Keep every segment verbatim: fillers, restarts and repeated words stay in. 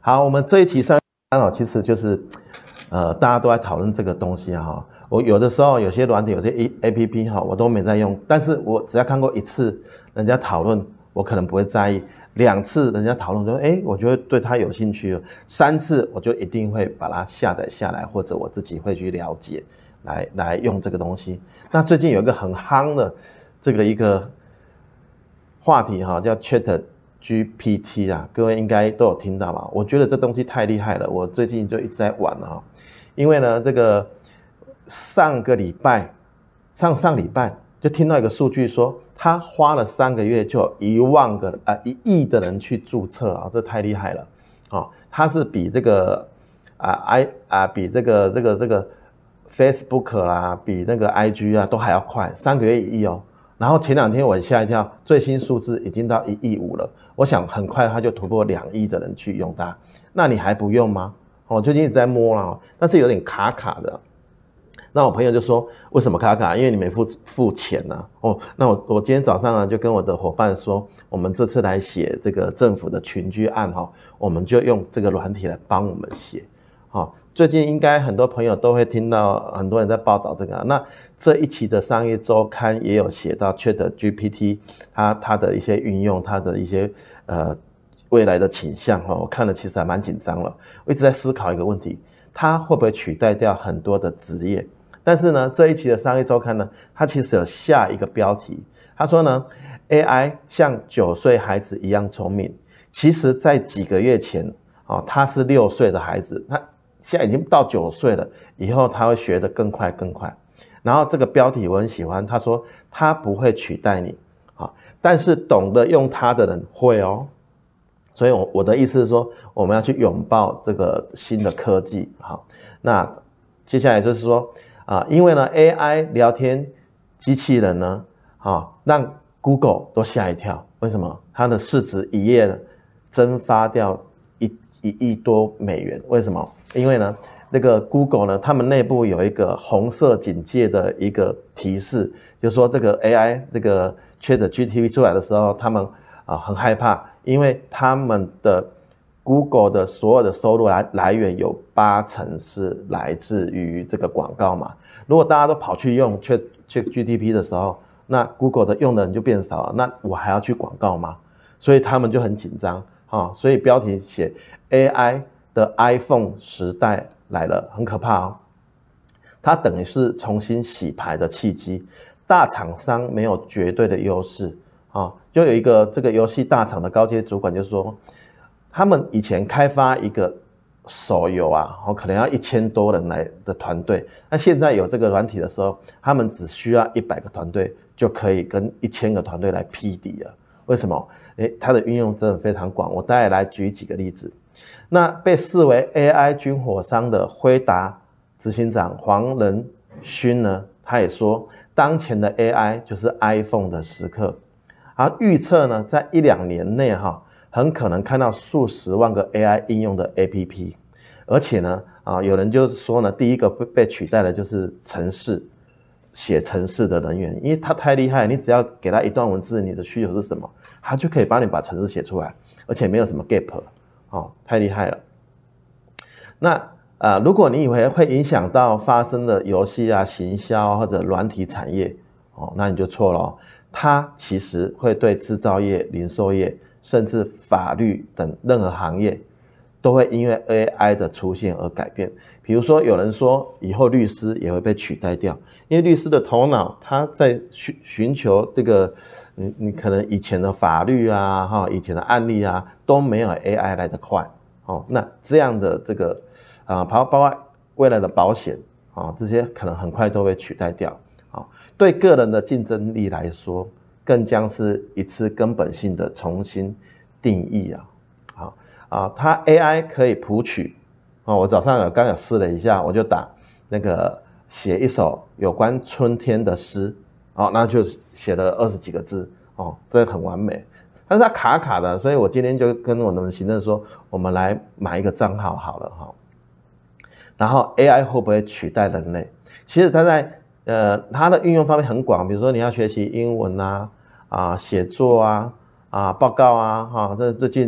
好，我们这一期上哦，其实就是呃，大家都在讨论这个东西哈。我有的时候有些软体、有些 A P P 哈，我都没在用，但是我只要看过一次人家讨论，我可能不会在意；两次人家讨论说，哎，我觉得对它有兴趣了；三次我就一定会把它下载下来，或者我自己会去了解，来来用这个东西。那最近有一个很夯的这个一个话题哈，叫 Chat G P T 啊，各位应该都有听到吧？我觉得这东西太厉害了，我最近就一直在玩了哈。因为呢，这个上个礼拜、上上礼拜就听到一个数据说，他花了三个月就有一万个啊一亿的人去注册啊，这太厉害了啊！他是比这个啊 I 啊比这个这个这个 Facebook 啦，比那个 I G 啊都还要快，三个月一亿哦。然后前两天我吓一跳，最新数字已经到一亿五了。我想很快它就突破两亿的人去用它，那你还不用吗？我最近一直在摸啦，但是有点卡卡的。那我朋友就说，为什么卡卡？因为你没付付钱啊。哦，那我我今天早上呢就跟我的伙伴说，我们这次来写这个政府的群居案哈，我们就用这个软体来帮我们写。好，最近应该很多朋友都会听到很多人在报道这个。那这一期的商业周刊也有写到 Chat G P T 它它的一些运用，它的一些呃未来的倾向哈，我看了其实还蛮紧张了。我一直在思考一个问题，它会不会取代掉很多的职业？但是呢，这一期的商业周刊呢，它其实有下一个标题，他说呢 ，A I 像九岁孩子一样聪明。其实，在几个月前，哦，他是六岁的孩子，他现在已经到九岁了，以后他会学得更快更快。然后这个标题我很喜欢，他说他不会取代你，啊，但是懂得用它的人会哦。所以我我的意思是说，我们要去拥抱这个新的科技，好，那接下来就是说啊，因为呢 A I 聊天机器人呢，啊，让 Google 都吓一跳，为什么？它的市值一夜蒸发掉一一亿多美元，为什么？因为呢，那个 Google 呢，他们内部有一个红色警戒的一个提示，就是说这个 A I 这个 Chat G P T 出来的时候，他们啊很害怕，因为他们的 Google 的所有的收入来来源有八成是来自于这个广告嘛。如果大家都跑去用 Chat G P T 的时候，那 Google 的用的人就变少了，那我还要去广告吗？所以他们就很紧张啊。所以标题写 A I 的 iPhone 时代来了，很可怕哦。它等于是重新洗牌的契机，大厂商没有绝对的优势啊。就有一个这个游戏大厂的高阶主管就说，他们以前开发一个手游啊，可能要一千多人来的团队，那现在有这个软体的时候，他们只需要一百个团队就可以跟一千个团队来匹敌了。为什么？诶，它的运用真的非常广，我待会来举几个例子。那被视为 A I 军火商的辉达执行长黄仁勋呢，他也说，当前的 A I 就是 iPhone 的时刻，而预测呢，在一两年内哈，很可能看到数十万个 A I 应用的 A P P， 而且呢，啊，有人就说呢，第一个被取代的就是程式写程式的人员，因为他太厉害，你只要给他一段文字，你的需求是什么，他就可以帮你把程式写出来，而且没有什么 gap。哦，太厉害了。那呃，如果你以为会影响到发生的游戏啊、行销或者软体产业，哦，那你就错了哦。它其实会对制造业、零售业，甚至法律等任何行业，都会因为 A I 的出现而改变。比如说，有人说以后律师也会被取代掉，因为律师的头脑他在寻寻求这个。你你可能以前的法律啊，哈，以前的案例啊，都没有 A I 来得快，哦，那这样的这个啊，包包括未来的保险啊，这些可能很快都会取代掉，啊，对个人的竞争力来说，更将是一次根本性的重新定义啊，好啊，它 A I 可以谱曲，啊，我早上有刚有试了一下，我就打那个写一首有关春天的诗。哦，那就写了二十几个字哦，这很完美。但是它卡卡的，所以我今天就跟我们行政说，我们来买一个账号好了哈。然后 A I 会不会取代人类？其实它在呃它的运用方面很广，比如说你要学习英文啊啊写作啊啊报告啊哈，这最近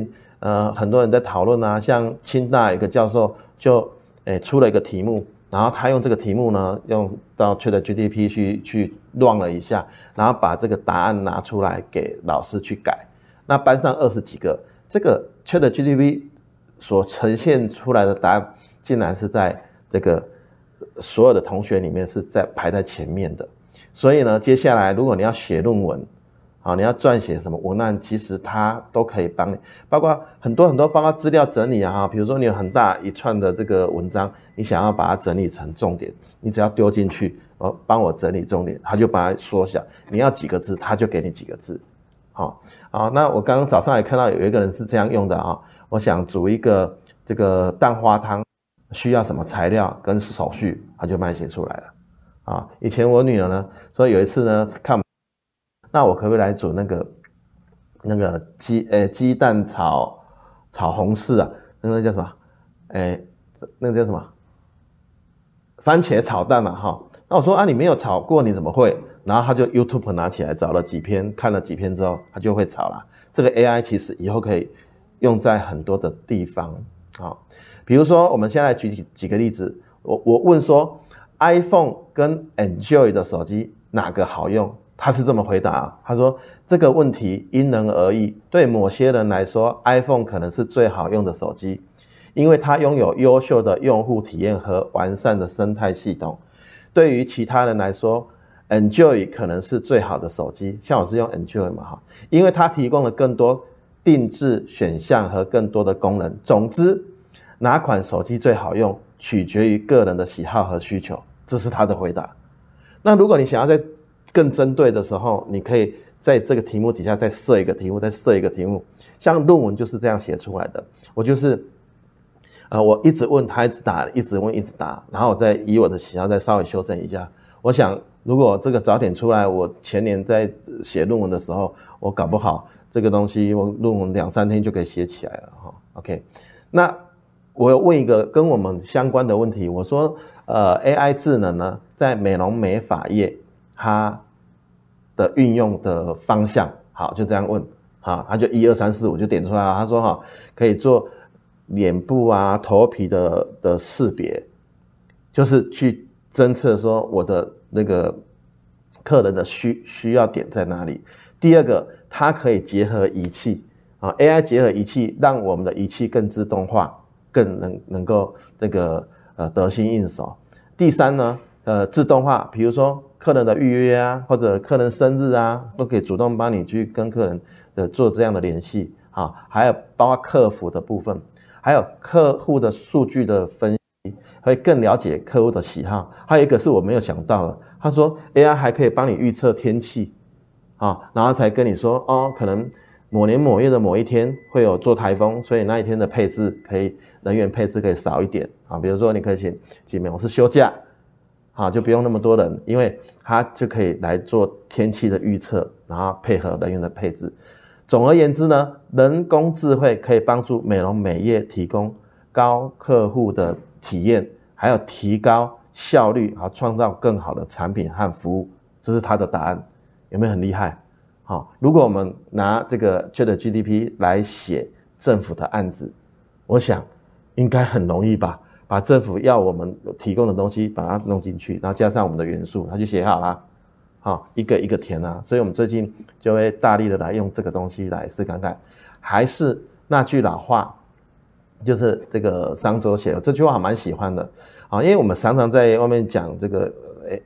呃很多人在讨论啊，像清大有个教授就诶出了一个题目，然后他用这个题目呢用到 ChatGPT 去去乱了一下，然后把这个答案拿出来给老师去改。那班上二十几个，这个 ChatGPT 所呈现出来的答案，竟然是在这个所有的同学里面是在排在前面的。所以呢，接下来如果你要写论文，好，你要撰写什么文案，其实它都可以帮你，包括很多很多，包括资料整理啊，比如说你有很大一串的这个文章，你想要把它整理成重点，你只要丢进去，哦，帮我整理重点，它就把它缩小。你要几个字，它就给你几个字。好，好，那我刚刚早上也看到有一个人是这样用的啊，我想煮一个这个蛋花汤，需要什么材料跟手续，他就慢写出来了。啊，以前我女儿呢说有一次呢看，那我可不可以来煮那个那个鸡诶鸡蛋炒炒红柿啊？那个叫什么？诶，那个叫什么？番茄炒蛋嘛，哈。那我说啊，你没有炒过，你怎么会？然后他就 YouTube 拿起来找了几篇，看了几篇之后，他就会炒了。这个 A I 其实以后可以用在很多的地方啊，比如说我们现在来举几几个例子。我我问说 ，iPhone 跟 Android 的手机哪个好用？他是这么回答，他说这个问题因人而异，对某些人来说 ，iPhone 可能是最好用的手机，因为它拥有优秀的用户体验和完善的生态系统。对于其他人来说， Enjoy 可能是最好的手机，像我是用 Enjoy 嘛哈，因为它提供了更多定制选项和更多的功能。总之，哪款手机最好用，取决于个人的喜好和需求，这是他的回答。那如果你想要在更针对的时候，你可以在这个题目底下再设一个题目，再设一个题目。像论文就是这样写出来的，我就是呃，我一直问他一直答，一直问一直答，然后我再以我的喜好再稍微修正一下。我想如果这个早点出来，我前年在写论文的时候，我搞不好这个东西我论文两三天就可以写起来了哈。OK， 那我有问一个跟我们相关的问题，我说呃 A I 智能呢，在美容美发业它的运用的方向，好，就这样问，好，他就一二三四五就点出来了。他说哈，可以做脸部啊、头皮的的识别，就是去侦测说我的那个客人的需需要点在哪里。第二个，它可以结合仪器啊 ，A I 结合仪器，让我们的仪器更自动化，更能能够这个呃得心应手。第三呢，呃，自动化，比如说客人的预约啊，或者客人生日啊，都可以主动帮你去跟客人呃做这样的联系啊。还有包括客服的部分，还有客户的数据的分析，会更了解客户的喜好。还有一个是我没有想到的，他说 A I 还可以帮你预测天气啊，然后才跟你说哦，可能某年某月的某一天会有做台风，所以那一天的配置可以人员配置可以少一点啊。比如说你可以请请美容师休假。好，就不用那么多人，因为它就可以来做天气的预测，然后配合人员的配置。总而言之呢，人工智慧可以帮助美容美业提供高客户的体验，还有提高效率，和创造更好的产品和服务。这是它的答案，有没有很厉害？好，如果我们拿这个 ChatGPT 来写政府的案子，我想应该很容易吧。把政府要我们提供的东西把它弄进去，然后加上我们的元素，它就写好了，好，一个一个填啊。所以我们最近就会大力的来用这个东西来试看看。还是那句老话，就是这个商周写的这句话还蛮喜欢的啊，因为我们常常在外面讲这个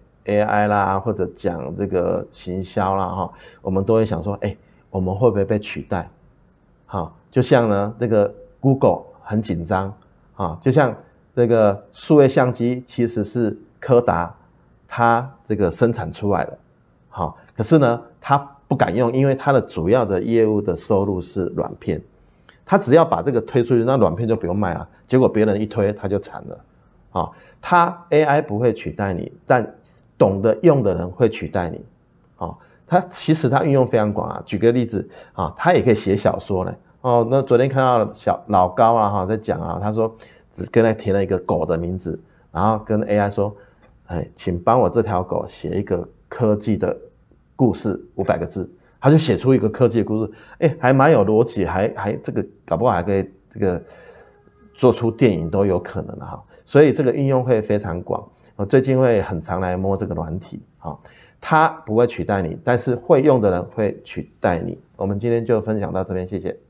A I 啦，或者讲这个行销啦哈，我们都会想说，哎，我们会不会被取代？好，就像呢这个 Google 很紧张啊，就像这个数位相机其实是柯达它这个生产出来的，好，可是呢它不敢用，因为它的主要的业务的收入是软片，它只要把这个推出去，那软片就不用卖了，结果别人一推它就惨了，好，它 A I 不会取代你，但懂得用的人会取代你，好，它其实它运用非常广啊，举个例子啊，它也可以写小说呢，哦，那昨天看到小老高啊哈在讲啊，他说。只跟他填了一个狗的名字，然后跟 A I 说，哎，请帮我这条狗写一个科技的故事，五百个字。 他就写出一个科技的故事，哎，还蛮有逻辑，还还这个搞不好还可以这个做出电影都有可能的哈。所以这个应用会非常广。我最近会很常来摸这个软体，哈，它不会取代你，但是会用的人会取代你。我们今天就分享到这边，谢谢。